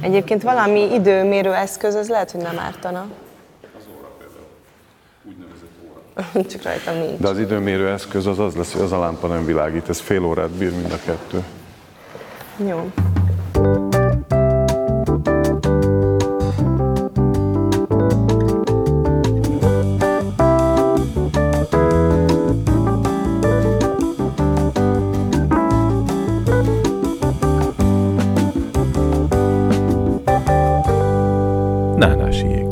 Egyébként valami időmérő eszköz, az lehet, hogy nem ártana. Az óra például. Úgynevezett óra. Csak rajtam nincs. De az időmérő eszköz az lesz, hogy az a lámpa nem világít, ez fél órát bír mind a kettő. Jó. Nánási jég.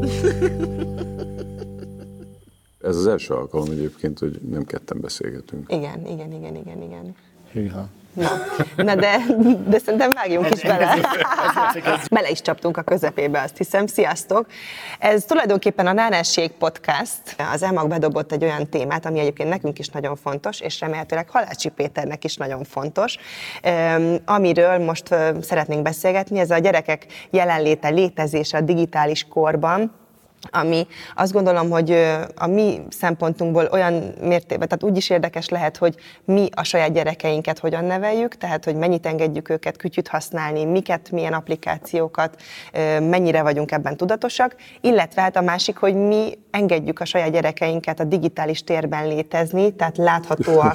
Ez az első alkalom egyébként, hogy nem ketten beszélgetünk. Igen. Hűha. Na de szerintem vágjunk is bele. Bele is csaptunk a közepébe, azt hiszem. Sziasztok! Ez tulajdonképpen a Nánásség podcast. Az EMAG bedobott egy olyan témát, ami egyébként nekünk is nagyon fontos, és remélhetőleg Halácsi Péternek is nagyon fontos, amiről most szeretnénk beszélgetni. Ez a gyerekek jelenléte, létezése a digitális korban, ami azt gondolom, hogy a mi szempontunkból olyan mértékben, tehát úgy is érdekes lehet, hogy mi a saját gyerekeinket hogyan neveljük, tehát hogy mennyit engedjük őket kütyüt használni, miket, milyen applikációkat, mennyire vagyunk ebben tudatosak, illetve hát a másik, hogy mi engedjük a saját gyerekeinket a digitális térben létezni, tehát láthatóak,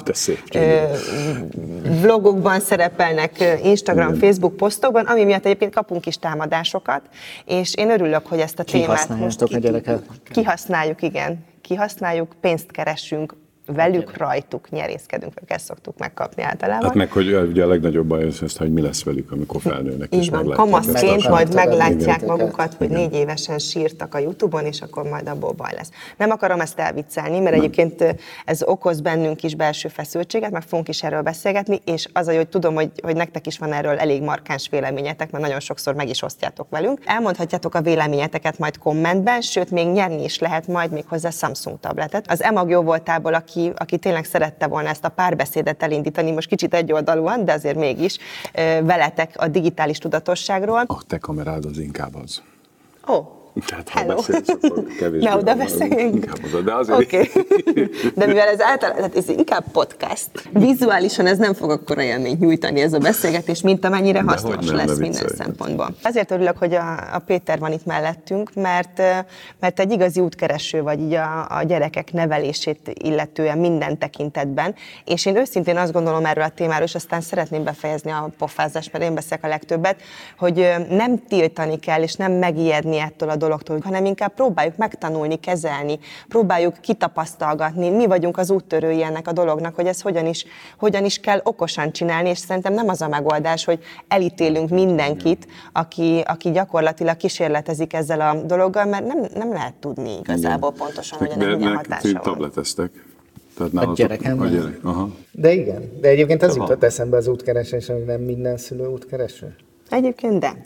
vlogokban szerepelnek, Instagram, Facebook posztokban, ami miatt egyébként kapunk is támadásokat, és én örülök, hogy ezt a témát most kihasználjuk, igen. Kihasználjuk, pénzt keresünk velük, rajtuk, nyerészkedünk, vagy ezt szoktuk megkapni általában. Hát meg, hogy ugye a legnagyobb baj az, hogy mi lesz velük, amikor felnőnek, és meglátják. Kamaszként majd meglátják magukat, hogy 4 évesen sírtak a YouTube-on, és akkor majd abból baj lesz. Nem akarom ezt elviccelni, mert egyébként ez okoz bennünk is belső feszültséget, meg fogunk is erről beszélgetni, és az, hogy tudom, hogy nektek is van erről elég markáns véleményetek, mert nagyon sokszor meg is osztjátok velünk. Elmondhatjátok a véleményeteket majd kommentben, sőt, még nyerni is lehet majd még hozzá Samsung tabletet. Az EMAG jó voltából, aki tényleg szerette volna ezt a párbeszédet elindítani, most kicsit egyoldalúan, de azért mégis veletek a digitális tudatosságról. A te kamerád az inkább az. Tehát ha hello. beszélsz, akkor kevésbé. Ne oda beszéljünk. De azért... Okay. De mivel ez általában, tehát ez inkább podcast, vizuálisan ez nem fog akkora élményt nyújtani ez a beszélgetés, mint amennyire hasznos lesz minden szempontból. Azért örülök, hogy a Péter van itt mellettünk, mert egy igazi útkereső vagy így a gyerekek nevelését illetően minden tekintetben, és én őszintén azt gondolom erről a témáról, és aztán szeretném befejezni a pofázást, mert én beszélek a legtöbbet, hogy nem tiltani kell, és nem megijedni ettől a dologtól, hanem inkább próbáljuk megtanulni, kezelni, próbáljuk kitapasztalgatni, mi vagyunk az úttörői ennek a dolognak, hogy ezt hogyan is kell okosan csinálni, és szerintem nem az a megoldás, hogy elítélünk mindenkit, aki gyakorlatilag kísérletezik ezzel a dologgal, mert nem lehet tudni igazából pontosan, hogy ennek milyen hatása van. Tableteztek. A gyerekem? Aha. De igen, de egyébként az jutott eszembe az útkeresés, hogy nem minden szülő útkereső. Egyébként de.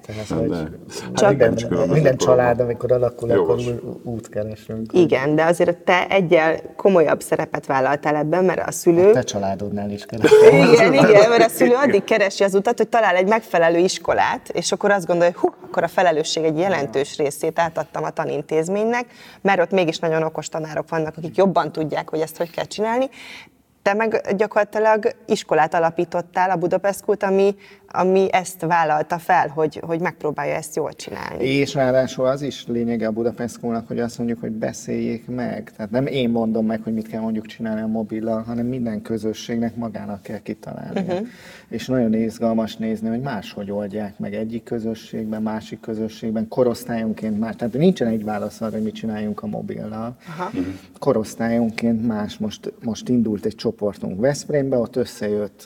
Tehát, minden család, amikor alakul, akkor útkeresünk. Igen, de azért te egyel komolyabb szerepet vállaltál ebben, mert a szülő... A te családodnál is keresel. Igen, mert a szülő addig keresi az utat, hogy talál egy megfelelő iskolát, és akkor azt gondolja, hogy akkor a felelősség egy jelentős részét átadtam a tanintézménynek, mert ott mégis nagyon okos tanárok vannak, akik jobban tudják, hogy ezt hogy kell csinálni. Te meg gyakorlatilag iskolát alapítottál, a Budapest School-t, ami ezt vállalta fel, hogy megpróbálja ezt jól csinálni. És ráadásul az is lényege a Budapest School-nak, hogy azt mondjuk, hogy beszéljék meg. Tehát nem én mondom meg, hogy mit kell mondjuk csinálni a mobillal, hanem minden közösségnek magának kell kitalálni. És nagyon izgalmas nézni, hogy máshogy oldják meg egyik közösségben, másik közösségben, korosztályonként más. Tehát nincsen egy válasz arra, hogy mit csináljunk a mobillal. Korosztályonként más. Most indult egy csoportunk Veszprémbe, ott összejött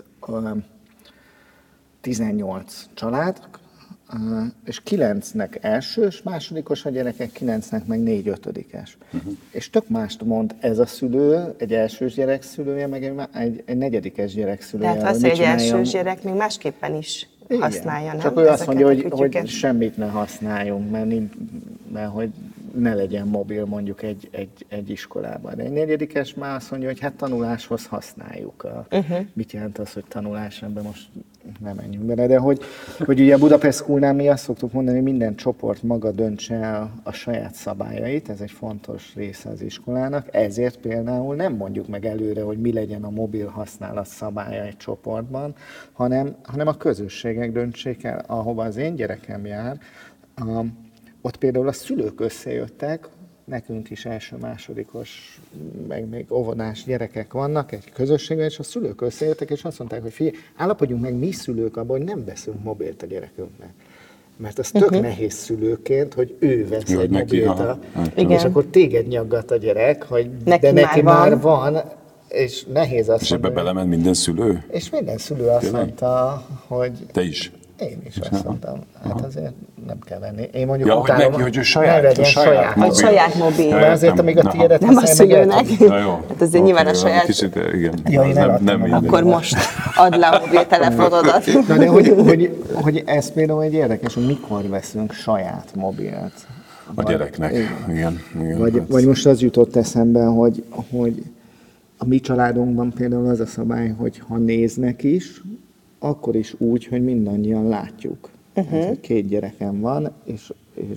18 család, és 9-nek elsős, másodikos a gyerekek, 9-nek meg 4-5-es. És tök mást mond ez a szülő, egy elsős gyerek szülője, meg egy negyedikes gyerek szülője. Tehát az, hogy egy elsős gyerek még másképpen is használja, nem? Csak ő azt mondja, hogy semmit ne használjunk, mert hogy ne legyen mobil mondjuk egy iskolában. De egy negyedikes már azt mondja, hogy hát tanuláshoz használjuk. Mit jelent az, hogy tanulás? Ebben most ne menjünk bele. De hogy ugye a Budapest Schoolnál mi azt szoktuk mondani, hogy minden csoport maga döntse el a saját szabályait, ez egy fontos része az iskolának, ezért például nem mondjuk meg előre, hogy mi legyen a mobil használat szabálya egy csoportban, hanem a közösségek döntsék el, ahova az én gyerekem jár. Ott például a szülők összejöttek, nekünk is első-másodikos, meg még óvodás gyerekek vannak egy közösségben, és a szülők összejöttek, és azt mondták, hogy figyelj, állapodjunk meg mi szülők abban, hogy nem veszünk mobilt a gyerekünknek. Mert az tök nehéz szülőként, hogy ő vesz egy mobilt, és akkor téged nyaggat a gyerek, hogy de neki már van, és nehéz azt mondani. És ebbe belement minden szülő? És minden szülő azt mondta, hogy... Te is? Én is azt mondtam, hát azért nem kell venni. Én mondjuk ja, utálom, hogy saját mobil. De azért, amíg a tiédet nem a szülőnek. Na jó. Hát azért nyilván a saját. Kicsit, igen. Ja, nem akkor most add le a mobiltelefonodat. Na de hogy ez például egy érdekes, hogy mikor veszünk saját mobilt. A gyereknek, igen. Vagy most az jutott eszembe, hogy a mi családunkban például az a szabály, hogy ha néznek is, akkor is úgy, hogy mindannyian látjuk. Tehát, 2 gyerekem van, és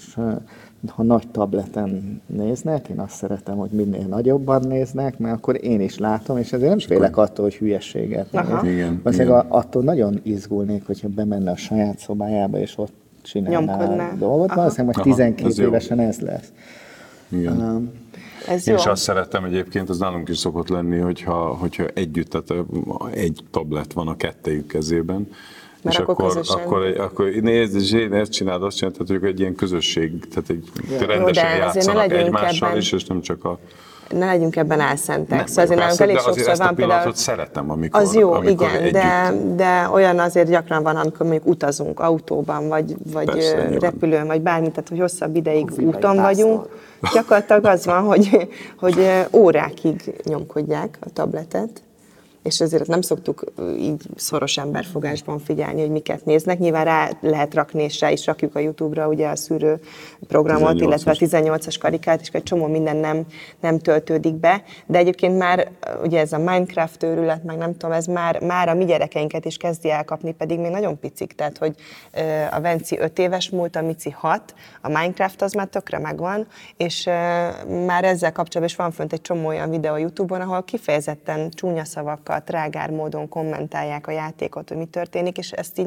ha nagy tableten néznek, én azt szeretem, hogy minél nagyobban néznek, mert akkor én is látom, és ezért nem félek attól, hogy hülyeséget. Valószínűleg attól nagyon izgulnék, hogyha bemenne a saját szobájába, és ott csinálná dolgot. Valószínűleg majd 12 évesen ez lesz. Igen. Én is azt szerettem egyébként, az nálunk is szokott lenni, hogyha együtt, tehát egy tablet van a kettejük kezében, mert és akkor nézd, és én ezt csinálod, azt csinálod, tehát egy ilyen közösség, tehát rendesen játszanak egymással is, és nem csak a... Ne legyünk ebben álszentek. Szóval azért nálunk elég sokszor van például... szeretem, amikor az jó, amikor igen, de olyan azért gyakran van, amikor mondjuk utazunk autóban, vagy persze, repülőn, vagy bármit, tehát hogy hosszabb ideig úton vagyunk. Gyakorlatilag az van, hogy órákig nyomkodják a tabletet, és ezért nem szoktuk így szoros emberfogásban figyelni, hogy miket néznek. Nyilván rá lehet rakni, és rá is rakjuk a YouTube-ra ugye a szűrő programot, illetve a 18-as karikát, és egy csomó minden nem töltődik be. De egyébként már ugye ez a Minecraft őrület, meg nem tudom, ez már a mi gyerekeinket is kezdi elkapni, pedig még nagyon picik. Tehát, hogy a Venci 5 éves múlt, a Mici 6, a Minecraft az már tökre megvan, és már ezzel kapcsolatban is van fönt egy csomó olyan videó a YouTube-on, ahol kifejezetten csúnya szavak trágár módon kommentálják a játékot, hogy mi történik, és ezt így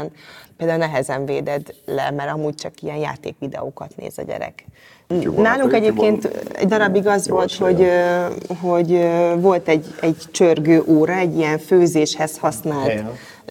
nehezen véded le, mert amúgy csak ilyen játékvideókat néz a gyerek. Nálunk egyébként egy darabig az volt, hogy volt egy csörgő óra, egy ilyen főzéshez használt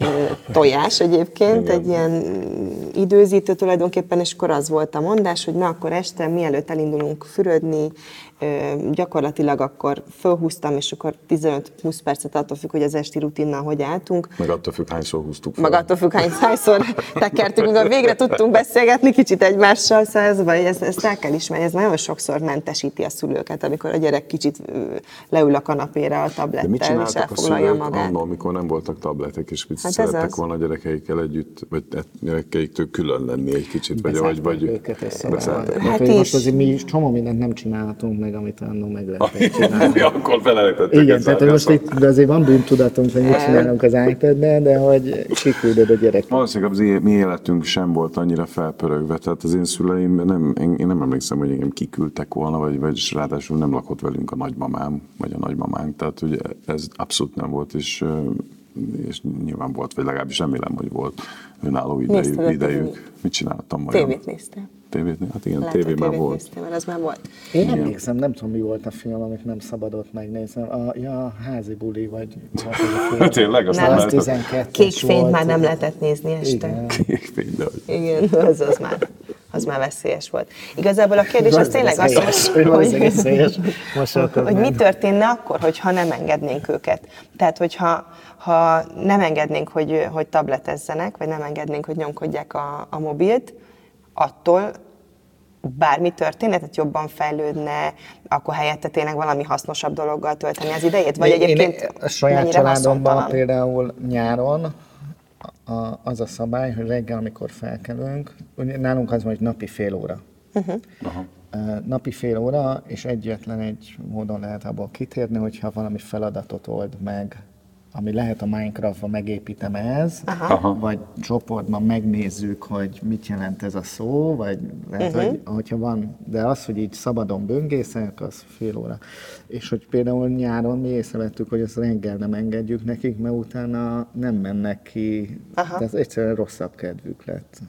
tojás egyébként, egy ilyen időzítő tulajdonképpen, és akkor az volt a mondás, hogy na akkor este, mielőtt elindulunk fürödni, gyakorlatilag akkor fölhúztam, és akkor 15-20 percet attól függ, hogy az esti rutinnal hogy álltunk. Meg attól függ, hányszor húztuk fel. Meg attól függ, hányszor tekertünk, amikor végre tudtunk beszélgetni kicsit egymással, szóval ezt el kell ismerni, ez nagyon sokszor mentesíti a szülőket, amikor a gyerek kicsit leül a kanapéra a tablettel, és elfoglalja magát. Annól, amikor nem voltak tabletek, és mit szerettek volna a gyerekeikkel együtt, vagy gyerekeiktől külön lenni egy kicsit, vagy őket összevállni. Hát most azért mi is csomó mindent nem csinálhatunk meg, amit annól meg lehetett csinálni. Akkor felejtettek. Igen, tehát most itt azért van bűntudatunk, hogy mit csinálunk az iPad-nel, de hogy kiküldöd a gyerek. Valószínűleg az mi életünk sem volt annyira felpörögve, tehát az én szüleim, én nem emlékszem, hogy engem kiküldtek volna, vagy ráadásul nem lakott velünk a nagymamám, vagy a nagymamánk, tehát ugye ez abszolút nem volt, és nyilván volt, vagy legalábbis remélem, hogy volt önálló idejük. Mit csináltam majd? Tévét néztél. Hát igen, tévé már volt. Néztél, mert az már volt. Én emlékszem, nem tudom, mi volt a film, amit nem szabadott megnézni. A házi buli, vagy... Tényleg, azt nem lehetett. 12-es Kék fényt volt. már nem lehetett nézni este. Igen. Kék fény, de igen, az már veszélyes volt. Igazából a kérdés az tényleg az, hogy mi történne akkor, hogyha nem engednénk őket. Tehát, hogyha nem engednénk, hogy tabletezzenek, vagy nem engednénk, hogy nyomkodják a mobilt, attól bármi történne, tehát jobban fejlődne, akkor helyette tényleg valami hasznosabb dologgal tölteni az idejét? Vagy egyébként a saját családomban például nyáron az a szabály, hogy reggel, amikor felkelünk, nálunk az van, hogy napi fél óra. Napi fél óra, és egyetlen egy módon lehet abból kitérni, hogyha valami feladatot old meg ami lehet a Minecraftban megépítem vagy csoportban megnézzük, hogy mit jelent ez a szó, vagy lehet, hogy hogyha van, de az, hogy így szabadon böngészek, az fél óra. És hogy például nyáron mi észrevettük, hogy azt reggel nem engedjük nekik, mert utána nem mennek ki, tehát egyszerűen rosszabb kedvük lett.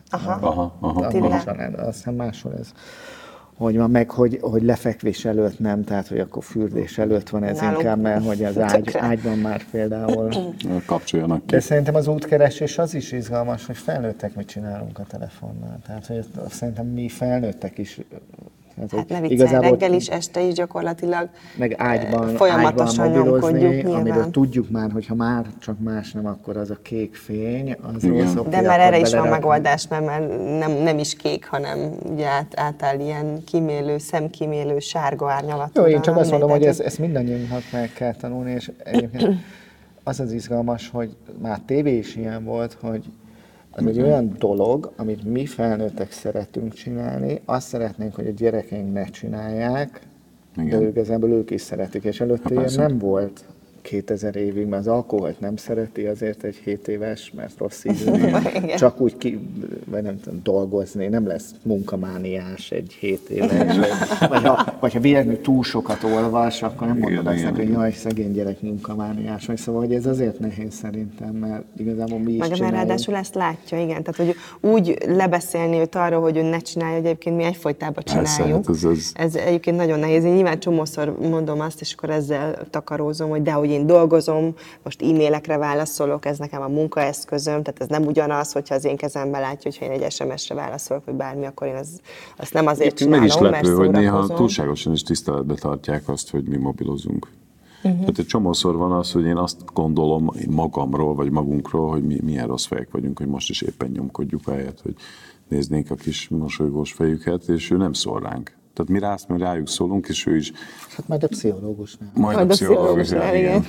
A család, aztán máshol ez. Hogy van meg, hogy lefekvés előtt nem, tehát hogy akkor fürdés előtt van ez inkább, mert hogy az ágyban már például kapcsoljanak ki. De szerintem az útkeresés az is izgalmas, hogy felnőttek mit csinálunk a telefonnal. Tehát hogy szerintem mi felnőttek is. Hát ne viccelj, reggel is, este is gyakorlatilag meg ágyban folyamatosan nyomkodjuk, amiről tudjuk már, hogyha már csak más nem, akkor az a kék fény. Az de már erre is van megoldás, mert már nem is kék, hanem ugye átáll ilyen kímélő, szemkímélő, sárga árnyalatú. Jó, én csak azt mondom, hogy ezt mindannyiunknak meg kell tanulni, és egyébként az izgalmas, hogy már tévé is ilyen volt, hogy az egy olyan dolog, amit mi felnőttek szeretünk csinálni, azt szeretnénk, hogy a gyerekeink ne csinálják, de igazából ők is szeretik, és előtte ilyen nem volt 2000 évig, mert az alkoholt nem szereti azért egy 7 éves, mert rossz ízű, csak úgy vagy nem tudom, dolgozni, nem lesz munkamániás egy 7 éves, vagy ha véletlenül túl sokat olvas, akkor nem mondod azt, hogy jaj, szegény gyerek munkamániás, vagy szóval, hogy ez azért nehéz szerintem, mert igazából mi is csináljuk. Meg ráadásul ezt látja, igen, tehát hogy úgy lebeszélni őt arra, hogy ő ne csinálja, hogy egyébként mi egyfolytában csináljuk. Ez egyébként nagyon nehéz. Én nyilván csomószor mondom azt, és akkor ezzel takarózom, hogy dehogy én dolgozom, most e-mailekre válaszolok, ez nekem a munkaeszközöm, tehát ez nem ugyanaz, hogyha az én kezembe látja, hogyha én egy SMS-re válaszolok, vagy bármi, akkor én azt nem azért csinálom, meg is lepő, mert szórakozom. hogy néha túlságosan is tiszteletbe tartják azt, hogy mi mobilozunk. Tehát egy csomószor van az, hogy én azt gondolom magamról, vagy magunkról, hogy milyen rossz fejek vagyunk, hogy most is éppen nyomkodjuk ahelyett, hogy néznénk a kis mosolygós fejüket, és ő nem szól ránk. Tehát mi rájuk szólunk, és ő is... Hát majd a pszichológusnál. Majd a pszichológusnál, igen.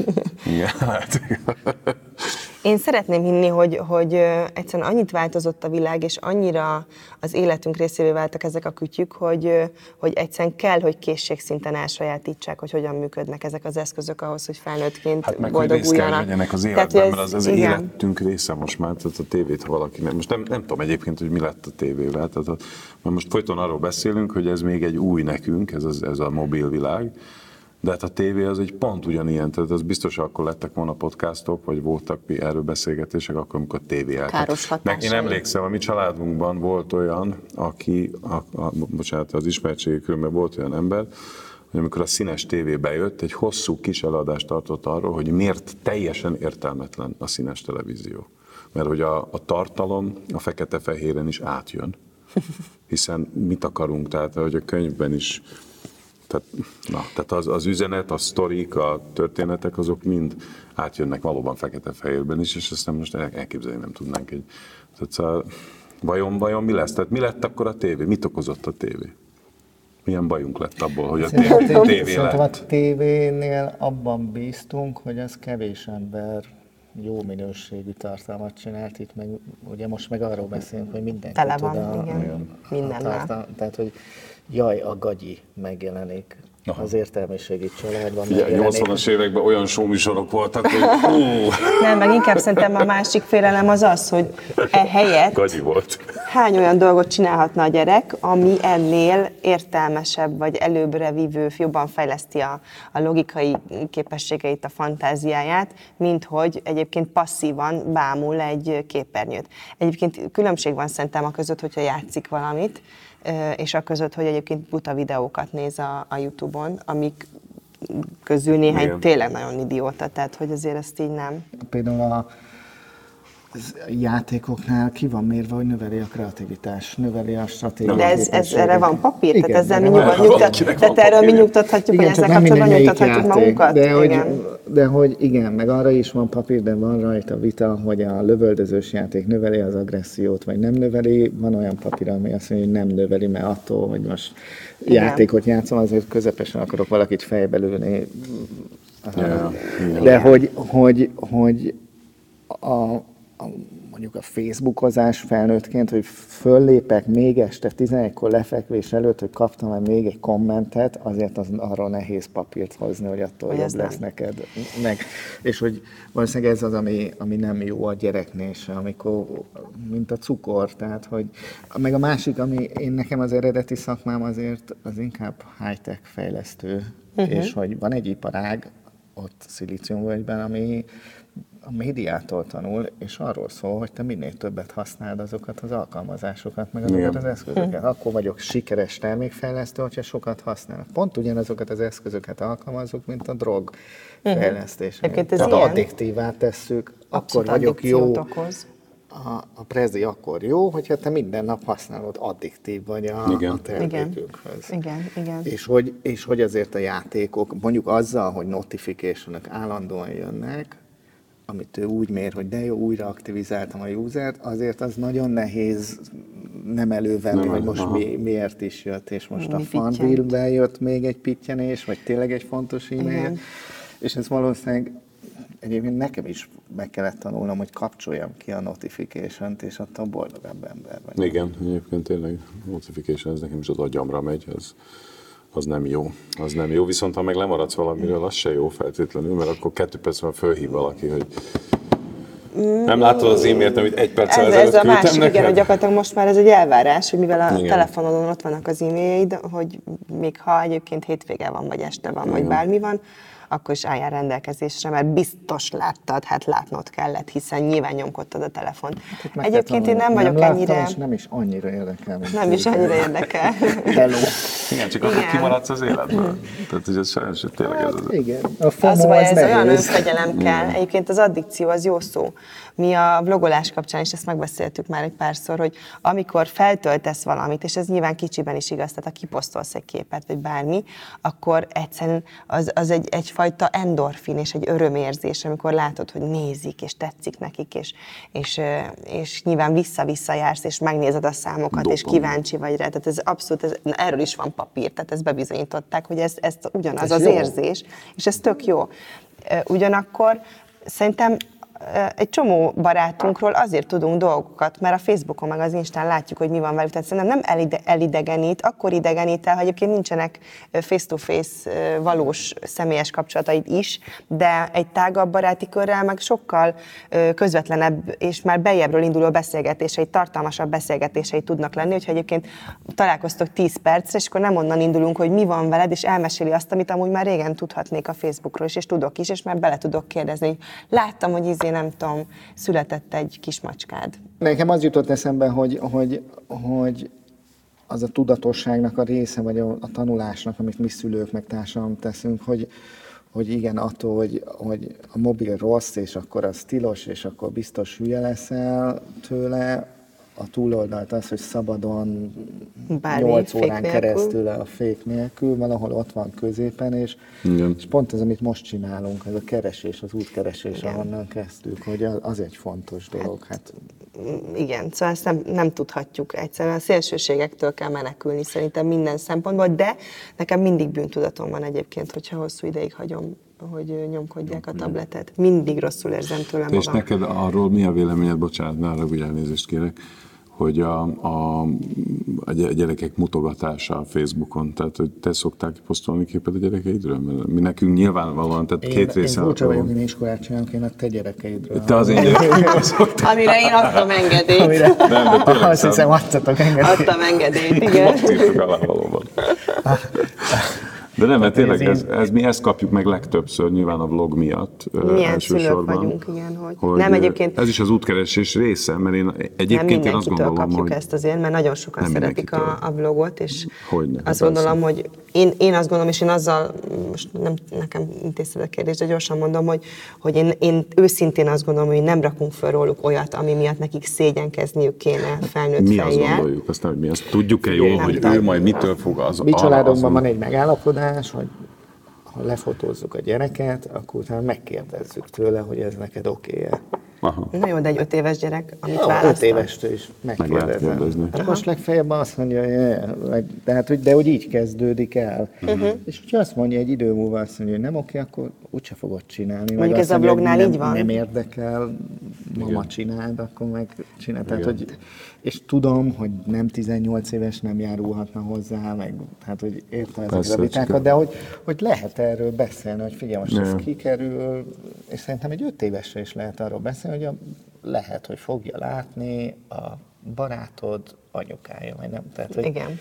Én szeretném hinni, hogy egyszerűen annyit változott a világ, és annyira az életünk részévé váltak ezek a kütyük, hogy egyszerűen kell, hogy készségszinten elsajátítsák, hogy hogyan működnek ezek az eszközök ahhoz, hogy felnőttként boldoguljanak. Hát meg, hogy részt kell vegyenek az életben, mert az életünk része most már, tehát a tévét, ha valaki nem... Most nem tudom egyébként, hogy mi lett a tévével, tehát mert most folyton arról beszélünk, hogy ez még egy új nekünk, ez a mobil világ, de hát a tévé az egy pont ugyanilyen, tehát az biztos, akkor lettek volna podcastok, vagy voltak erről beszélgetések, akkor amikor a tévé eltett. Én emlékszem, a mi családunkban volt olyan, aki, bocsánat, az ismertségi körülben volt olyan ember, hogy amikor a színes tévé bejött, egy hosszú kis eladást tartott arról, hogy miért teljesen értelmetlen a színes televízió. Mert hogy a tartalom a fekete-fehéren is átjön. Hiszen mit akarunk, tehát hogy a könyvben is, tehát az üzenet, a sztorik, a történetek, azok mind átjönnek valóban fekete-fehérben is, és ezt most elképzelni nem tudnánk. Tehát vajon mi lesz? Tehát mi lett akkor a tévé? Mit okozott a tévé? Milyen bajunk lett abból, hogy a tévé lett? A tévénél abban bíztunk, hogy az kevés ember jó minőségű tartalmat csinált, itt meg ugye most meg arról beszélünk, hogy mindenki tele tud van, igen. Mindennel. Tehát, hogy jaj, a gagyi megjelenik. Az értelmiségi családban. Figyelj, 80-as években olyan showműsorok voltak, hogy Nem, meg inkább szerintem a másik félelem az, hogy helyett gagyi volt. Hány olyan dolgot csinálhatna a gyerek, ami ennél értelmesebb, vagy előbbre vívő, jobban fejleszti a logikai képességeit, a fantáziáját, mint hogy egyébként passzívan bámul egy képernyőt. Egyébként különbség van szerintem a között, hogyha játszik valamit, és a között, hogy egyébként buta videókat néz a YouTube-on, amik közül néhány tényleg nagyon idióta, tehát hogy azért ezt így nem. Például a játékoknál ki van mérve, hogy növeli a kreativitás, növeli a stratégiát. De ez erre van papír? Igen, tehát ezzel mi nyugtathatjuk, hogy ezzel kapcsolatban nyugtathatjuk magunkat? De hogy igen, meg arra is van papír, de van rajta vita, hogy a lövöldözős játék növeli az agressziót, vagy nem növeli. Van olyan papír, ami azt mondja, hogy nem növeli, mert attól, hogy most játékot játszom, azért közepesen akarok valakit fejbe lőni. De hogy mondjuk a Facebookozás felnőttként, hogy föllépek még este 11-kor lefekvés előtt, hogy kaptam még egy kommentet, azért arról nehéz papírt hozni, hogy attól jobb lesz neked. És hogy valószínűleg ez az, ami nem jó a gyereknél se, amikor, mint a cukor. Tehát, hogy, meg a másik, ami nekem az eredeti szakmám azért az inkább high-tech fejlesztő, és hogy van egy iparág ott Szilíciumvölgyben, ami a médiától tanul, és arról szól, hogy te minél többet használd azokat az alkalmazásokat, meg azokat az eszközöket. Akkor vagyok sikeres termékfejlesztő, hogyha sokat használok. Pont ugyanazokat az eszközöket alkalmazok, mint a drog fejlesztésnél. Tehát addiktívá tesszük, akkor vagyok jó. A prezi akkor jó, hogyha te minden nap használod, addiktív vagy a termékünkhöz. Igen. És hogy azért a játékok, mondjuk azzal, hogy notification-ok állandóan jönnek, amit ő úgy mér, hogy de jó, újra aktivizáltam a usert, azért az nagyon nehéz nem elővenni, hogy most miért is jött, és most a Funwheel-ben jött még egy pittyenés, vagy tényleg egy fontos e-mail. És ez valószínűleg egyébként nekem is meg kellett tanulnom, hogy kapcsoljam ki a notification-t, és attól boldogabb ember vagy. Igen, egyébként tényleg notification, ez nekem is az agyamra megy, az nem jó. Az nem jó, viszont ha meg lemaradsz valamiről, az se jó feltétlenül, mert akkor 2 percben fölhív valaki, hogy nem látod az e-mailt, amit 1 perccel ezelőtt küldtem neked? Ez a másik, igen, hogy gyakorlatilag most már ez egy elvárás, hogy mivel a telefonodon ott vannak az e-mailid, hogy még ha egyébként hétvége van, vagy este van, vagy bármi van, akkor is álljál rendelkezésre, mert biztos láttad, hát látnod kellett, hiszen nyilván nyomkodtad a telefont. Hát egyébként én nem vagyok ennyire... És nem is annyira érdekel. Nem is annyira érdekel. Hello. Igen, csak akkor kimaradsz az életből. Tehát, hogy ez sajnos tényleg ez az... Igen. Az baj, ez olyan önfegyelem kell. Egyébként az addikció az jó szó. Mi a vlogolás kapcsán is ezt megbeszéltük már egy párszor, hogy amikor feltöltesz valamit, és ez nyilván kicsiben is igaz, tehát ha kiposztolsz egy képet, vagy bármi, akkor egyszerűen az egyfajta endorfin és egy örömérzés, amikor látod, hogy nézik, és tetszik nekik, és nyilván vissza-vissza jársz, és megnézed a számokat, és kíváncsi vagy rá. Tehát ez abszolút, erről is van papír, tehát ezt bebizonyították, hogy ez ugyanaz az érzés, és ez tök jó. Ugyanakkor szerintem egy csomó barátunkról azért tudunk dolgokat, mert a Facebookon meg az Instán látjuk, hogy mi van velük. Tehát szerintem nem elidegenít, akkor idegenít el, ha egyébként nincsenek face-to-face valós személyes kapcsolataid is, de egy tágabb baráti körrel meg sokkal közvetlenebb és már beljebbről induló beszélgetései, tartalmasabb beszélgetései tudnak lenni, hogyha egyébként találkoztok 10 percre, és akkor nem onnan indulunk, hogy mi van veled, és elmeséli azt, amit amúgy már régen tudhatnék a Facebookról is, és tudok is, és már bele tudok kérdezni. Láttam, hogy nem tudom, született egy kis macskád. Nekem az jutott eszembe, hogy az a tudatosságnak a része, vagy a tanulásnak, amit mi szülők meg társadalom teszünk, hogy igen, attól, hogy a mobil rossz, és akkor az tilos, és akkor biztos hülye leszel tőle, a túloldalt az, hogy szabadon 8 órán keresztül a fék nélkül, valahol ott van középen, és pont ez, amit most csinálunk, ez a keresés, az útkeresés, ahonnan kezdtük, hogy az egy fontos dolog. Hát. Igen, szóval ezt nem tudhatjuk egyszerűen, a szélsőségektől kell menekülni szerintem minden szempontból, de nekem mindig bűntudatom van egyébként, hogyha hosszú ideig hagyom, hogy nyomkodják a tabletet. Mindig rosszul érzem tőle magam. És neked arról mi a véleményed, bocsánat, ne arra, hogy elnézést kérek, hogy a gyerekek mutogatása a Facebookon, tehát hogy te szoktál posztolni képet a gyerekeidről? Mert mi nekünk nyilvánvalóan, tehát két része. Én furcsa vagyok, én iskolát csinálok, én a te gyerekeidről. Te az én gyerekeidről szoktál. Amire én adtam engedélyt. Azt hiszem, adtatok engedélyt. Adtam engedélyt, igen. Azt írtuk alá valóban. De nem, mert tényleg mi ezt kapjuk meg legtöbbször, nyilván a vlog miatt. Milyen szülők vagyunk, igen, hogy nem egyébként... Ez is az útkeresés része, mert én egyébként én azt gondolom, kapjuk hogy... ezt azért, mert nagyon sokan szeretik a vlogot, és hogyne, azt gondolom, hogy én azt gondolom, és én azzal, most nem nekem intézted a kérdést, de gyorsan mondom, hogy én őszintén azt gondolom, hogy nem rakunk föl róluk olyat, ami miatt nekik szégyenkezniük kéne felnőtt mi fejjel. Mi azt gondoljuk, aztán, hogy mi azt tudjuk-e jól, hogy ő majd mitől fog az... Mi családunkban van egy megállapodás, hogy ha lefotózzuk a gyereket, akkor utána megkérdezzük tőle, hogy ez neked oké-e. Na jó, de egy 5 éves gyerek, amit válaszol. 5 évestől is megkérdezem. Hát most legfeljebb azt mondja, de hogy így kezdődik el. És hogyha azt mondja egy idő múlva, azt mondja, hogy nem oké, akkor úgyse fogod csinálni. Mondjuk ez a vlognál így van? Nem érdekel, mama csináld, akkor meg csináld. Tehát, hogy, és tudom, hogy nem 18 éves nem járulhatna hozzá, meg tehát, hogy értem ezeket a vitákat, de hogy lehet erről beszélni, hogy figyelj, most ez kikerül, és szerintem egy 5 évesre is lehet arról beszélni, hogy lehet, hogy fogja látni a barátod anyukája, vagy nem. Tehát, hogy Igen.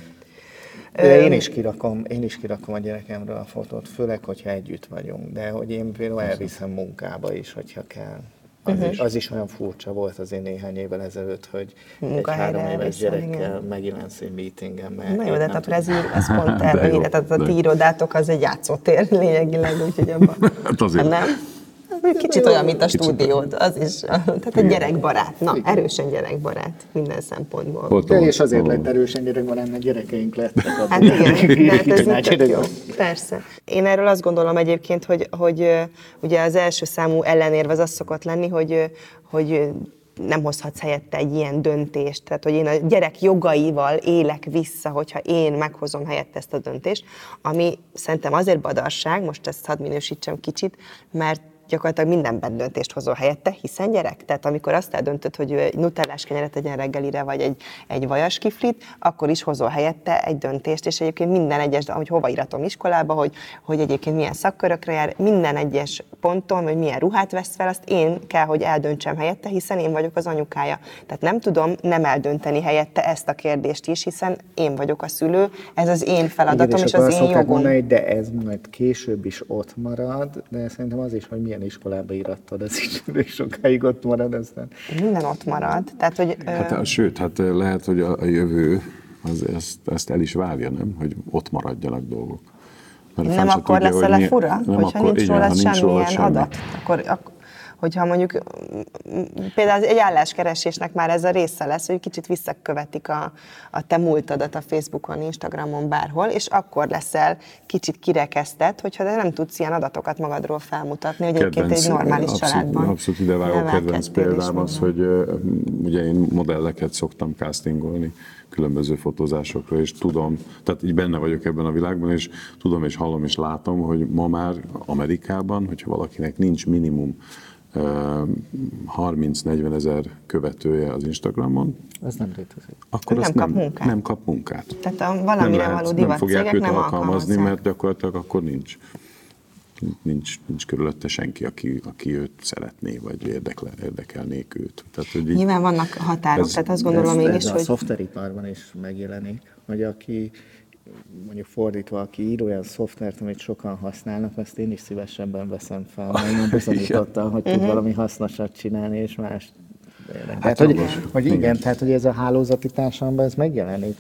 De én is kirakom a gyerekemről a fotót, főleg, hogyha együtt vagyunk, de hogy én például elviszem munkába is, hogyha kell. Az is olyan furcsa volt azért néhány évvel ezelőtt, hogy egy 3 éves gyerekkel megjelensz egy meetingen. Na jó, de a prezír, ez pont erről írja, tehát a ti irodátok az egy játszótér lényegileg, úgyhogy abban. Hát azért. Nem? Kicsit olyan, mint a stúdiód, az is, tehát egy gyerekbarát, erősen gyerekbarát minden szempontból. És azért lett erősen gyerekbarát, mert gyerekeink lettek. Hát igen, de ez tök jó. Persze. Én erről azt gondolom egyébként, hogy ugye az első számú ellenérv az szokott lenni, hogy nem hozhatsz helyette egy ilyen döntést. Tehát, hogy én a gyerek jogaival élek vissza, hogyha én meghozom helyette ezt a döntést, ami szerintem azért badarság, most ezt hadd minősítsem kicsit, mert gyakorlatilag mindenben döntést hozol helyette, hiszen gyerek. Tehát amikor azt eldöntöd, hogy egy nutellás kenyeret tegyen reggelire, vagy egy vajas kiflit, akkor is hozol helyette egy döntést, és egyébként minden egyes, hogy hova iratom iskolába, hogy egyébként milyen szakkörökre jár, minden egyes ponton, hogy milyen ruhát vesz fel, azt én kell, hogy eldöntsem helyette, hiszen én vagyok az anyukája. Tehát nem tudom nem eldönteni helyette ezt a kérdést is, hiszen én vagyok a szülő, ez az én feladatom, és az én jogom. Mondani, de ez majd később is ott marad, de szerintem az is, hogy milyen iskolába írattad, ez is sokáig ott marad aztán. Minden ott marad. Tehát, hogy, sőt, lehet, hogy a jövő ezt el is várja, nem? Hogy ott maradjanak dolgok. Mert nem akkor lesz a fura? Hogyha nincs róla semmilyen adat? Akkor hogyha mondjuk például egy álláskeresésnek már ez a része lesz, hogy kicsit visszakövetik a te múltadat a Facebookon, Instagramon, bárhol, és akkor leszel kicsit kirekesztett, hogyha nem tudsz ilyen adatokat magadról felmutatni, hogy egyébként egy normális családban. Abszolút idevágó kedvenc példám az, hogy ugye én modelleket szoktam castingolni különböző fotózásokra, és tudom, tehát így benne vagyok ebben a világban, és tudom, és hallom, és látom, hogy ma már Amerikában, hogyha valakinek nincs minimum 30-40 ezer követője az Instagramon, az nem létezik. Akkor nem kap munkát. Tehát valamire való divat cégek nem alkalmazni, mert gyakorlatilag akkor nincs körülötte senki, aki őt szeretné, vagy érdekelnék őt. Tehát, hogy nyilván vannak határok, tehát azt gondolom én is, hogy... a szoftveriparban is megjelenik, hogy aki mondjuk fordítva, aki ír olyan szoftvert, amit sokan használnak, azt én is szívesebben veszem fel, mert bizonyította, hogy tud valami hasznosat csinálni, és más. Tehát, hogy igen, tehát hogy ez a hálózati társadalomban ez megjelenik,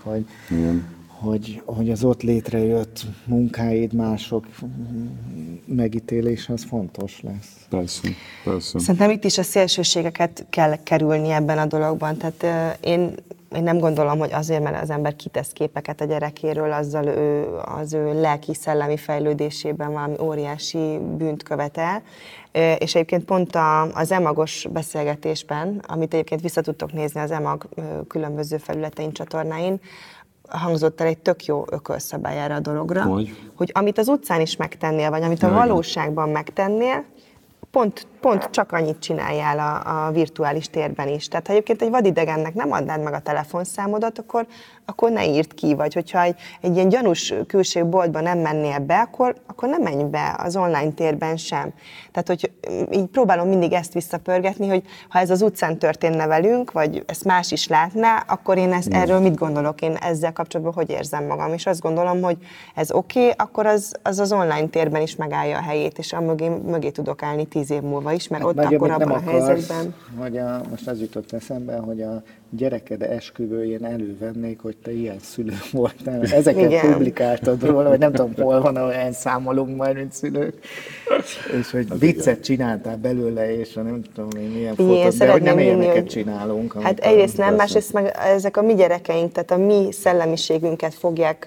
hogy az ott létrejött munkáid, mások megítélése az fontos lesz. Persze. Szerintem itt is a szélsőségeket kell kerülni ebben a dologban. Tehát én nem gondolom, hogy azért, mert az ember kitesz képeket a gyerekéről, azzal az ő lelki-szellemi fejlődésében valami óriási bűnt követel. És egyébként pont az EMAG-os beszélgetésben, amit egyébként vissza tudtok nézni az EMAG különböző felületein, csatornáin, hangzott el egy tök jó ökölszabály erre a dologra, hogy amit az utcán is megtennél, vagy amit a valóságban megtennél, pont csak annyit csináljál a virtuális térben is. Tehát ha egyébként egy vadidegennek nem adnád meg a telefonszámodat, akkor ne írd ki, vagy hogyha egy ilyen gyanús külső boltba nem mennél be, akkor nem menj be az online térben sem. Tehát, hogy így próbálom mindig ezt visszapörgetni, hogy ha ez az utcán történne velünk, vagy ezt más is látná, akkor én erről mit gondolok, én ezzel kapcsolatban hogy érzem magam. És azt gondolom, hogy ez oké, akkor az online térben is megállja a helyét, és mögé tudok állni 10 év múlva is, mert ott akkor abban a helyzetben... Hogy most az jutott eszembe, hogy a gyereked esküvőjén elővennék, hogy te ilyen szülő voltál. Ezeket publikáltad róla, vagy nem tudom, hol van, ahol elszámolunk majd, mint szülők. És hogy viccet csináltál belőle, és nem tudom én milyen fotót, de hogy nem ilyeneket csinálunk. Hát egyrészt nem, másrészt meg ezek a mi gyerekeink, tehát a mi szellemiségünket fogják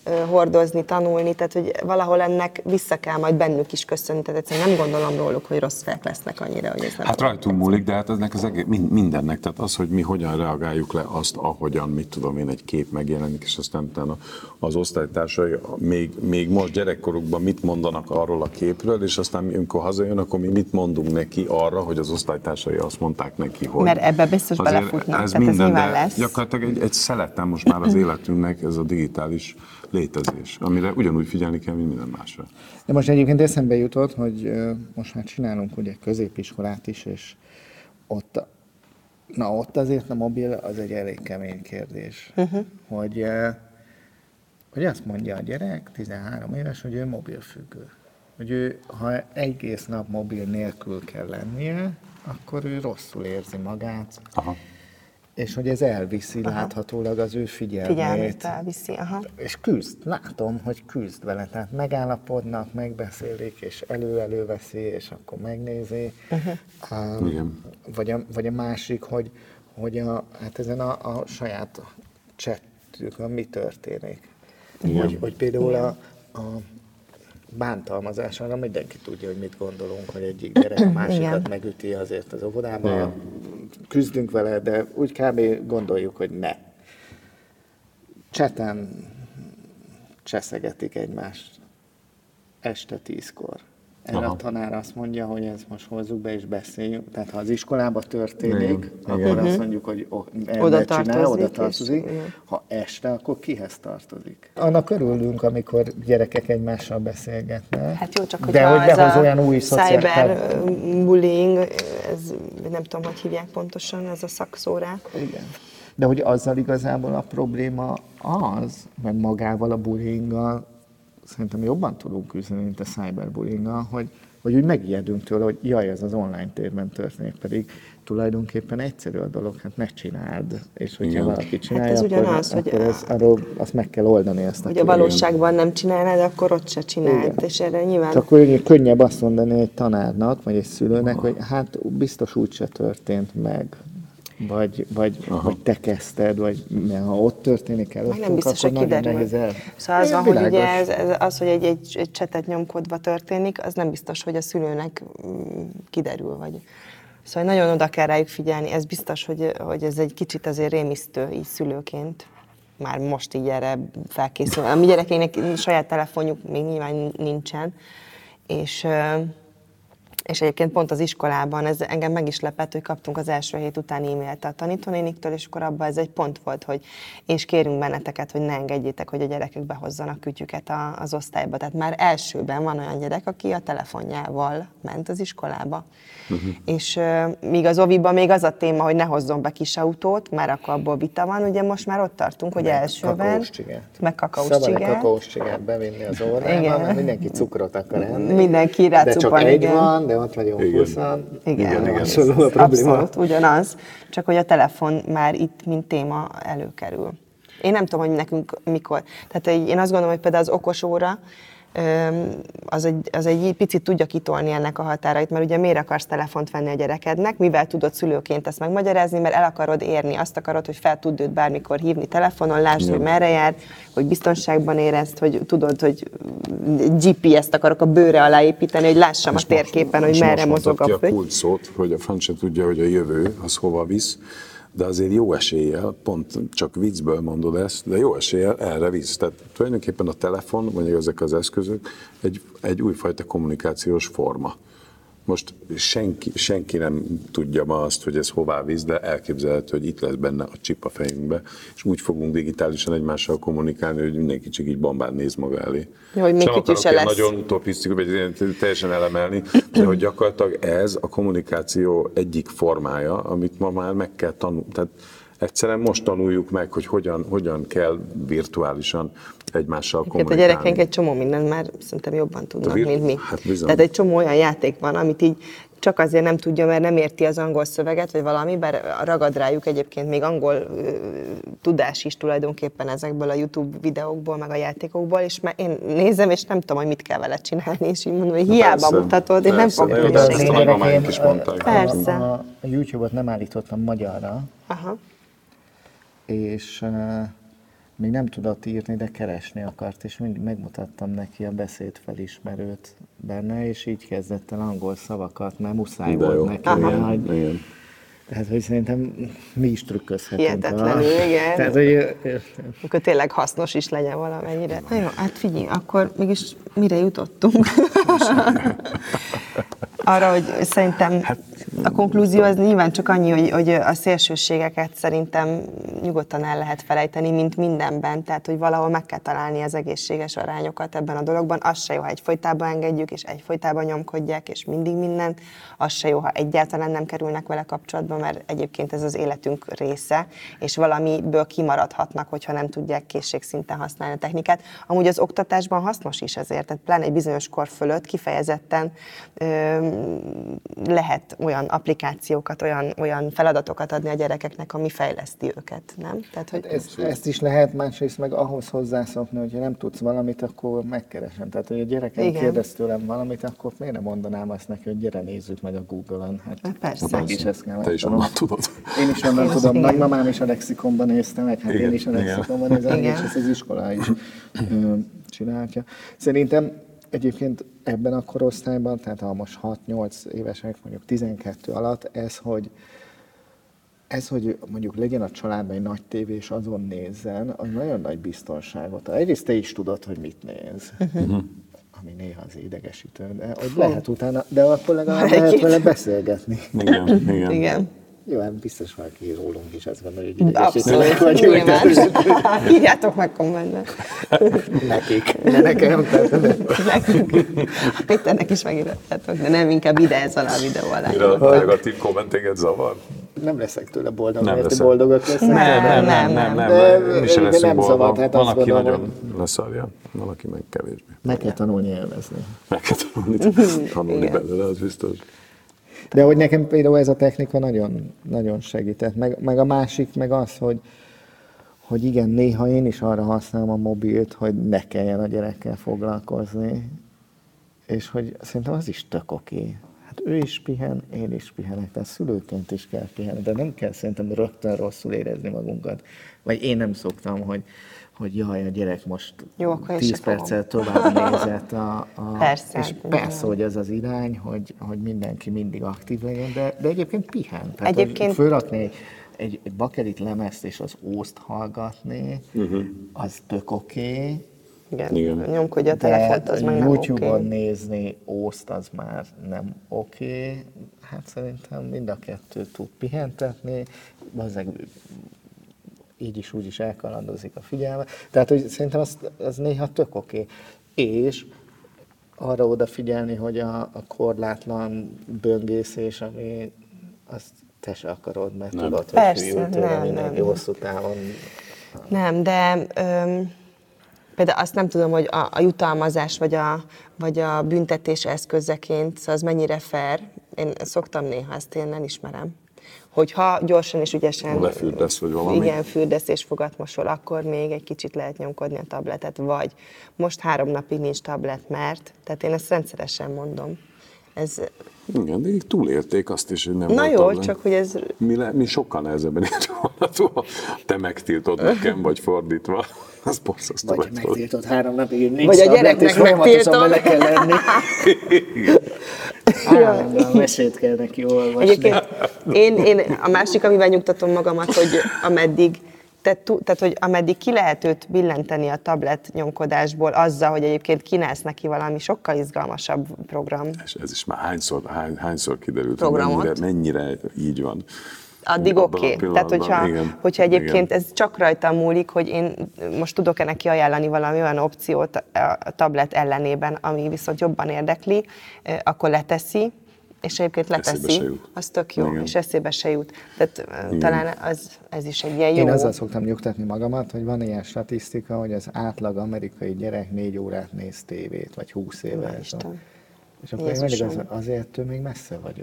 hordozni, tanulni, tehát hogy valahol ennek vissza kell majd bennük is köszönni, tehát egyszerűen nem gondolom róluk, hogy rossz fejek lesznek annyira, hogy ez nem. Hát rajtunk múlik, de hát eznek az egész, mindennek, tehát az, hogy mi hogyan reagáljuk le azt, ahogyan, mit tudom én, egy kép megjelenik, és aztán utána az osztálytársai még most gyerekkorukban mit mondanak arról a képről, és aztán amikor hazajön, akkor mi mit mondunk neki arra, hogy az osztálytársai azt mondták neki, hogy... Mert ebbe biztos belefutnak, ez tehát minden, ez nyilván de lesz. gyakorlatilag egy szeleten most már az életünknek ez a digitális létezés, amire ugyanúgy figyelni kell, mint minden másra. De most egyébként eszembe jutott, hogy most már csinálunk ugye középiskolát is, és ott azért a mobil az egy elég kemény kérdés, hogy azt mondja a gyerek, 13 éves, hogy ő mobilfüggő. Hogy ő, ha egész nap mobil nélkül kell lennie, akkor ő rosszul érzi magát. Aha. És hogy ez elviszi láthatólag az ő figyelmét. Elviszi, aha. És látom, hogy küzd vele. Tehát megállapodnak, megbeszélik, és előveszi, és akkor megnézi. Vagy a másik, hogy hát ezen a saját chatükön mi történik. Hogy például a bántalmazás, arra mindenki tudja, hogy mit gondolunk, hogy egyik gyerek a másikat megüti azért az óvodában. Küzdünk vele, de úgy kb. Gondoljuk, hogy ne. Chaten cseszegetik egymást este 10-kor. Erre a tanár azt mondja, hogy ezt most hozzuk be és beszéljünk. Tehát ha az iskolában történik, akkor azt mondjuk, hogy oda tartozik. Ha este, akkor kihez tartozik? Annak örülünk, amikor gyerekek egymással beszélgetnek. Hát jó, csak de hogy behoz olyan új cyberbullying, ez nem tudom, hogy hívják pontosan, ez a szakszórák. Igen. De hogy azzal igazából a probléma az, meg magával a bullyinggal, szerintem jobban tudunk küzdeni, mint a cyberbullyinggal, hogy úgy megijedünk tőle, hogy jaj, ez az online térben történik, pedig tulajdonképpen egyszerű a dolog, hát megcsináld, és hogyha valaki csinálja, hát ez ugyanaz, akkor azt meg kell oldani ezt a hogy a valóságban nem csinálnád, akkor ott se csináld, és erre nyilván... Csak hogy könnyebb azt mondani egy tanárnak, vagy egy szülőnek, hogy hát biztos úgyse történt meg. Vagy te kezdted, vagy ha ott történik előttünk, meg nem biztos, hogy kiderül. Szóval az van, hogy ugye az, hogy egy csetet nyomkodva történik, az nem biztos, hogy a szülőnek kiderül. Szóval nagyon oda kell rájuk figyelni, ez biztos, hogy ez egy kicsit azért rémisztő így szülőként. Már most így erre felkészül. A mi gyerekeinek saját telefonjuk még nyilván nincsen, és egyébként pont az iskolában ez engem meg is lepett, hogy kaptunk az első hét után e-mailt a tanítónéniktől, és akkor abban ez egy pont volt, hogy és kérünk benneteket, hogy ne engedjétek, hogy a gyerekek behozzanak kütyüket az osztályba. Tehát már elsőben van olyan gyerek, aki a telefonjával ment az iskolába. És míg az oviban még az a téma, hogy ne hozzon be kis autót, már akkor abból vita van, ugye most már ott tartunk, hogy elsőben... Meg kakaós csigát. Szabad a kakaós csigát bevinni az óvodába, mert mindenki cukrot akar enni. Mindenki rácupan, de csak egy van, de ott vagyunk 20-an. Igen. Abszolút, ugyanaz, csak hogy a telefon már itt, mint téma előkerül. Én nem tudom, hogy nekünk mikor. Tehát én azt gondolom, hogy például az okos óra, az egy picit tudja kitolni ennek a határait, mert ugye miért akarsz telefont venni a gyerekednek, mivel tudod szülőként ezt megmagyarázni, mert el akarod érni, azt akarod, hogy fel tudd őt bármikor hívni telefonon, lásd, hogy merre jár, hogy biztonságban érezd, hogy tudod, hogy GPS-t akarok a bőre alá építeni, hogy lássam a térképen, hogy merre mozog a fő. Kult szót, hogy a franc sem tudja, hogy a jövő az hova visz, de azért jó eséllyel, pont csak viccből mondod ezt, de jó eséllyel erre visz. Tehát tulajdonképpen a telefon, vagy ezek az eszközök egy újfajta kommunikációs forma. Most senki nem tudja ma azt, hogy ez hová visz, de elképzelhető, hogy itt lesz benne a chip a fejünkbe, és úgy fogunk digitálisan egymással kommunikálni, hogy mindenki csak így bambán néz maga elé. Jó, hogy még kütyű se lesz. Nagyon utopisztikus, vagy teljesen elemelni, de hogy gyakorlatilag ez a kommunikáció egyik formája, amit ma már meg kell tanulni. Tehát egyszerűen most tanuljuk meg, hogy hogyan kell virtuálisan egymással kommunikálni. A gyerekeink egy csomó mindent már szerintem jobban tudnak, mint mi. Hát tehát egy csomó olyan játék van, amit így csak azért nem tudja, mert nem érti az angol szöveget, vagy valami, bár ragad rájuk egyébként még angol tudás is tulajdonképpen ezekből a YouTube videókból, meg a játékokból, és már én nézem, és nem tudom, hogy mit kell vele csinálni, és így mondom, hogy hiába mutatod, és nem fog tudni segíteni. Persze. A YouTube-ot nem állítottam magyarra, és még nem tudott írni, de keresni akart, és mindig megmutattam neki a beszédfelismerőt benne, és így kezdett el angol szavakat, mert muszáj De volt jó. neki. Igen. Tehát, hogy szerintem mi is trükközhetünk. Hihetetlenül, igen. Tehát, hogy Akkor tényleg hasznos is legyen valamennyire. Na jó, hát figyelj, akkor mégis mire jutottunk? Arra, hogy szerintem a konklúzió az nyilván csak annyi, hogy a szélsőségeket szerintem nyugodtan el lehet felejteni, mint mindenben. Tehát, hogy valahol meg kell találni az egészséges arányokat ebben a dologban. Az se jó, ha egyfolytában engedjük, és egyfolytában nyomkodják, és mindig mindent. Az se jó, ha egyáltalán nem kerülnek vele kapcsolatba, mert egyébként ez az életünk része, és valamiből kimaradhatnak, hogyha nem tudják készségszinten használni a technikát. Amúgy az oktatásban hasznos is ezért, tehát pláne egy bizonyos kor fölött kifejezetten lehet olyan applikációkat, olyan feladatokat adni a gyerekeknek, ami fejleszti őket, nem? Tehát, hogy ezt is lehet, másrészt meg ahhoz hozzászokni, hogyha nem tudsz valamit, akkor megkeresem. Tehát, hogy a gyerekem kérdez tőlem valamit, akkor miért nem mondanám azt neki, hogy gyere, nézzük meg a Google-on. Hát persze. Is ezt kell Te is onnan tudod. Én is onnan tudom, nagymamám is a lexikonban nézte meg, hát Igen, én is a lexikonban nézem, és ezt az iskola is csinálja. Szerintem egyébként ebben a korosztályban, tehát ha most 6-8 évesek, mondjuk 12 alatt, ez, hogy mondjuk legyen a családban egy nagy tévé, és azon nézzen, az nagyon nagy biztonságot. Egyrészt te is tudod, hogy mit néz, ami néha az idegesítő, de hogy lehet utána, de akkor legalább lehet vele beszélgetni. Igen. Jó, hát biztos valaki rólunk is azt gondolja, hogy abszolút, nyilván. Írjátok meg kommentben. Nekik, de nekem. Nekünk. Péternek is megírjátok, de nem inkább ide ez alá a videó alá. Mire a negatív kommentéget zavar? Nem leszek tőle boldog, Nem mert leszek. boldogok lesznek. Nem. Mi se de leszünk nem boldog. zavart, hát Van, azt aki gondolom, nagyon leszarja, van, aki meg kevésbé. meg kell tanulni élvezni. Meg kell tanulni belőle, az biztos. De hogy nekem például ez a technika nagyon, nagyon segített. Meg a másik, meg az, hogy igen, néha én is arra használom a mobilt, hogy ne kelljen a gyerekkel foglalkozni. És hogy szerintem az is tök oké. Hát ő is pihen, én is pihenek, tehát szülőként is kell pihenni, de nem kell szerintem rögtön rosszul érezni magunkat. Vagy én nem szoktam, hogy jaj, a gyerek most jó, 10 perccel tovább nézett Persze. És persze, hogy ez az irány, hogy mindenki mindig aktív legyen, de egyébként pihen. Tehát egyébként fölrakni egy bakelit lemezt és az ószt hallgatni, az tök oké. Igen. Nyomkodja a telefont, az meg nem YouTube-on nézni ószt, az már nem oké. Hát szerintem mind a kettő tud pihentetni, azért így is úgy is elkalandozik a figyelme. Tehát hogy szerintem az néha tök oké. És arra odafigyelni, hogy a korlátlan böngészés, ami azt te se akarod, mert tudod, hogy persze, tőle mindenki hosszú távon. Nem, de például azt nem tudom, hogy a jutalmazás vagy a büntetés eszközeként, szóval az mennyire fair. Én szoktam néha, ezt én nem ismerem. Hogyha gyorsan és ügyesen lefürdesz, vagy valami. Igen, fürdesz és fogatmosol, akkor még egy kicsit lehet nyomkodni a tabletet, vagy most 3 napig nincs tablet, mert, tehát én ezt rendszeresen mondom. Ez... Igen, de így túlérték azt is, hogy nem Na volt jó, tablet. csak hogy ez... Mi sokkal nehezebben értünk, te megtiltod nekem, vagy fordítva. Az borzasztó. Vagy megtiltod 3 napig, nincs vagy a tablet, gyereknek és folyamatosan megtiltod. vele kell lenni. Állandóan mesét kell neki olvasni. Egyébként én a másik, amivel nyugtatom magamat, hogy ameddig ki lehet őt billenteni a tablet nyomkodásból azzal, hogy egyébként kínálsz neki valami sokkal izgalmasabb program. És ez is már hányszor kiderült, hogy mennyire így van. Addig oké. Tehát, hogyha egyébként ez csak rajtam múlik, hogy én most tudok-e neki ajánlani valami olyan opciót a tablet ellenében, ami viszont jobban érdekli, akkor leteszi, és egyébként leteszi, az tök jó, és eszébe se jut. Tehát talán ez is egy ilyen jó... Én azzal szoktam nyugtatni magamat, hogy van ilyen statisztika, hogy az átlag amerikai gyerek 4 órát néz tévét, vagy 20 éves. És akkor én mindig azért még messze vagyok.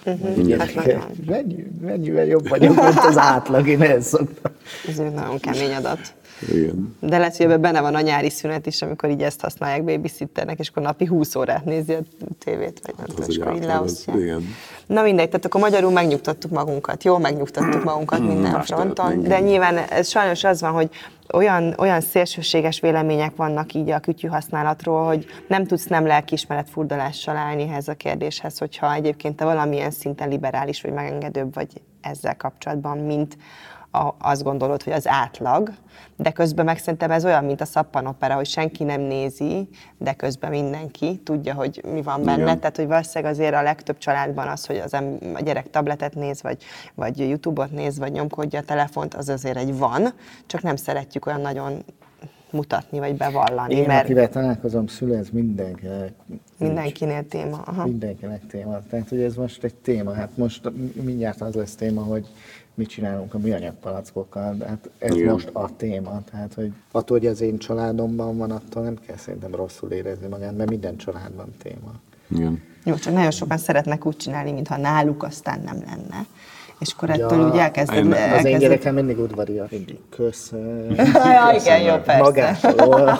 Hát nagyon. Mennyivel jobb vagyok, mint az átlag, én ezt szoktam. Ez egy nagyon kemény adat. Igen. De lehet, hogy ebben benne van a nyári szünet is, amikor így ezt használják babysitternek, és akkor napi 20 órát nézi a tévét, vagy nem tudom, és akkor így leosztják. Na mindegy, tehát akkor magyarul megnyugtattuk magunkat, jól megnyugtattuk magunkat minden fronton, de nyilván ez sajnos az van, hogy olyan szélsőséges vélemények vannak így a kütyű használatról, hogy nem tudsz nem lelkiismeret furdalással állni ehhez a kérdéshez, hogyha egyébként te valamilyen szinten liberális vagy megengedőbb vagy ezzel kapcsolatban, mint azt gondolod, hogy az átlag, de közben meg szerintem ez olyan, mint a szappanopera, hogy senki nem nézi, de közben mindenki tudja, hogy mi van benne. Igen. Tehát, hogy valószínűleg azért a legtöbb családban az, hogy a gyerek tabletet néz, vagy YouTube-ot néz, vagy nyomkodja a telefont, az azért egy van, csak nem szeretjük olyan nagyon mutatni, vagy bevallani. Én, akivel találkozom, szülő, ez mindenkinél téma. Aha. Mindenkinek téma. Tehát, hogy ez most egy téma. Hát most mindjárt az lesz téma, hogy mit csinálunk a műanyag palackokkal, de hát ez igen. Most a téma. Tehát, hogy attól, hogy az én családomban van, attól nem kell szerintem rosszul érezni magát, mert minden családban téma. Igen. Jó, csak nagyon sokan szeretnek úgy csinálni, mintha náluk aztán nem lenne. És akkor ettől úgy elkezded... Az én gyerekem mindig udvarias. Köszönöm. Igen, jó, persze. Magától.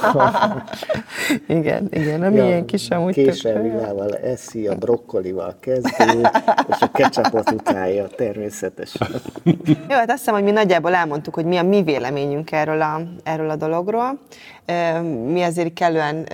Igen, a miénk is amúgy késelvillával eszi, a brokkolival kezdő, és a ketchupot utálja természetesen. Jó, hát azt hiszem, hogy mi nagyjából elmondtuk, hogy mi a mi véleményünk erről a dologról. Mi azért kellően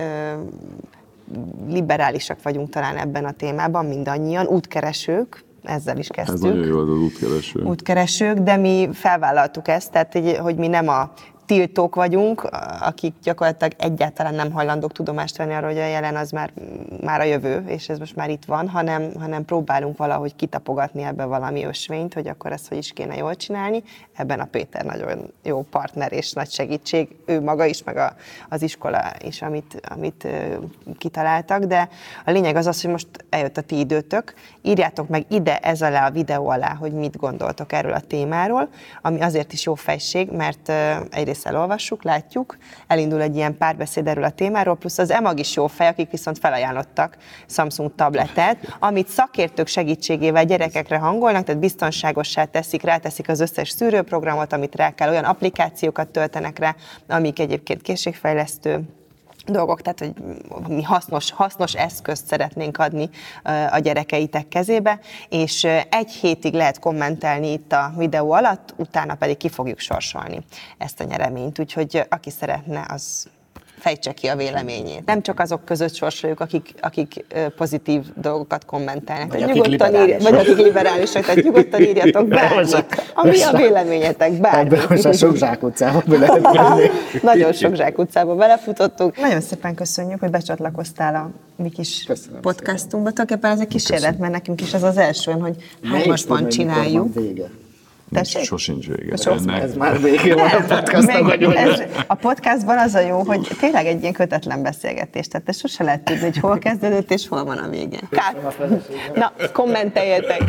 liberálisak vagyunk talán ebben a témában, mindannyian, útkeresők, ezzel is kezdtük. Ez nagyon jó az útkereső. Útkeresők, de mi felvállaltuk ezt, tehát hogy mi nem a tiltók vagyunk, akik gyakorlatilag egyáltalán nem hajlandók tudomást venni arról, hogy a jelen az már a jövő, és ez most már itt van, hanem próbálunk valahogy kitapogatni ebbe valami ösvényt, hogy akkor ezt hogy is kéne jól csinálni. Ebben a Péter nagyon jó partner és nagy segítség, ő maga is, meg az iskola is, amit kitaláltak, de a lényeg az, hogy most eljött a ti időtök, írjátok meg ide ez alá a videó alá, hogy mit gondoltok erről a témáról, ami azért is jó fejség, mert egyrészt elolvassuk, látjuk, elindul egy ilyen párbeszéd erről a témáról, plusz az EMAG is jó fej, akik viszont felajánlottak Samsung tabletet, amit szakértők segítségével gyerekekre hangolnak, tehát biztonságossá teszik, ráteszik az összes szűrőprogramot, amit rá kell, olyan applikációkat töltenek rá, amik egyébként készségfejlesztő dolgok, tehát hogy mi hasznos eszközt szeretnénk adni a gyerekeitek kezébe, és egy hétig lehet kommentelni itt a videó alatt, utána pedig ki fogjuk sorsolni ezt a nyereményt, úgyhogy aki szeretne, az fejtse ki a véleményét. Nem csak azok között sorsoljuk, akik pozitív dolgokat kommentelnek. Vagy akik liberálisak, tehát nyugodtan írjatok bármit, ami a véleményetek, bármit. Ebben most a sok zsákutcába lehet menni. Nagyon sok zsákutcába belefutottunk. Nagyon szépen köszönjük, hogy becsatlakoztál a mi kis podcastunkba. Tulajdonképpen ez egy kísérlet, mert nekünk is ez az első, hogy hármasban csináljuk. Tessék? Sosincs vége. Ez már vége van a podcastnak. A podcastban az a jó, hogy tényleg egy ilyen kötetlen beszélgetés, tehát te sose lehet tudni, hogy hol kezdődött és hol van a vége. Na, kommenteljetek!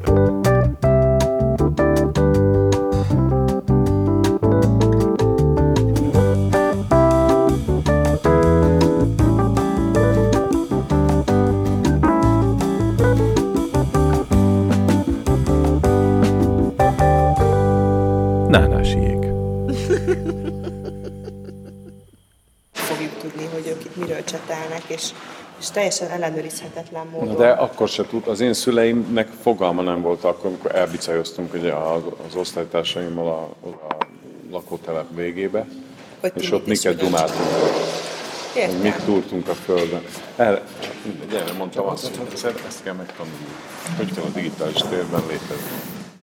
Nánásiék. Fogjuk tudni, hogy ők itt miről csetelnek, és teljesen ellenőrizhetetlen módon. De akkor se tud, az én szüleimnek fogalma nem volt akkor, amikor elbicajoztunk ugye az osztálytársaimmal a lakótelep végébe, és ott miket dumáltunk. Hogy mit túrtunk a földön. Gyere, mondtam azt, hogy ezt kell megtanulni. Hogy kell a digitális térben létezni.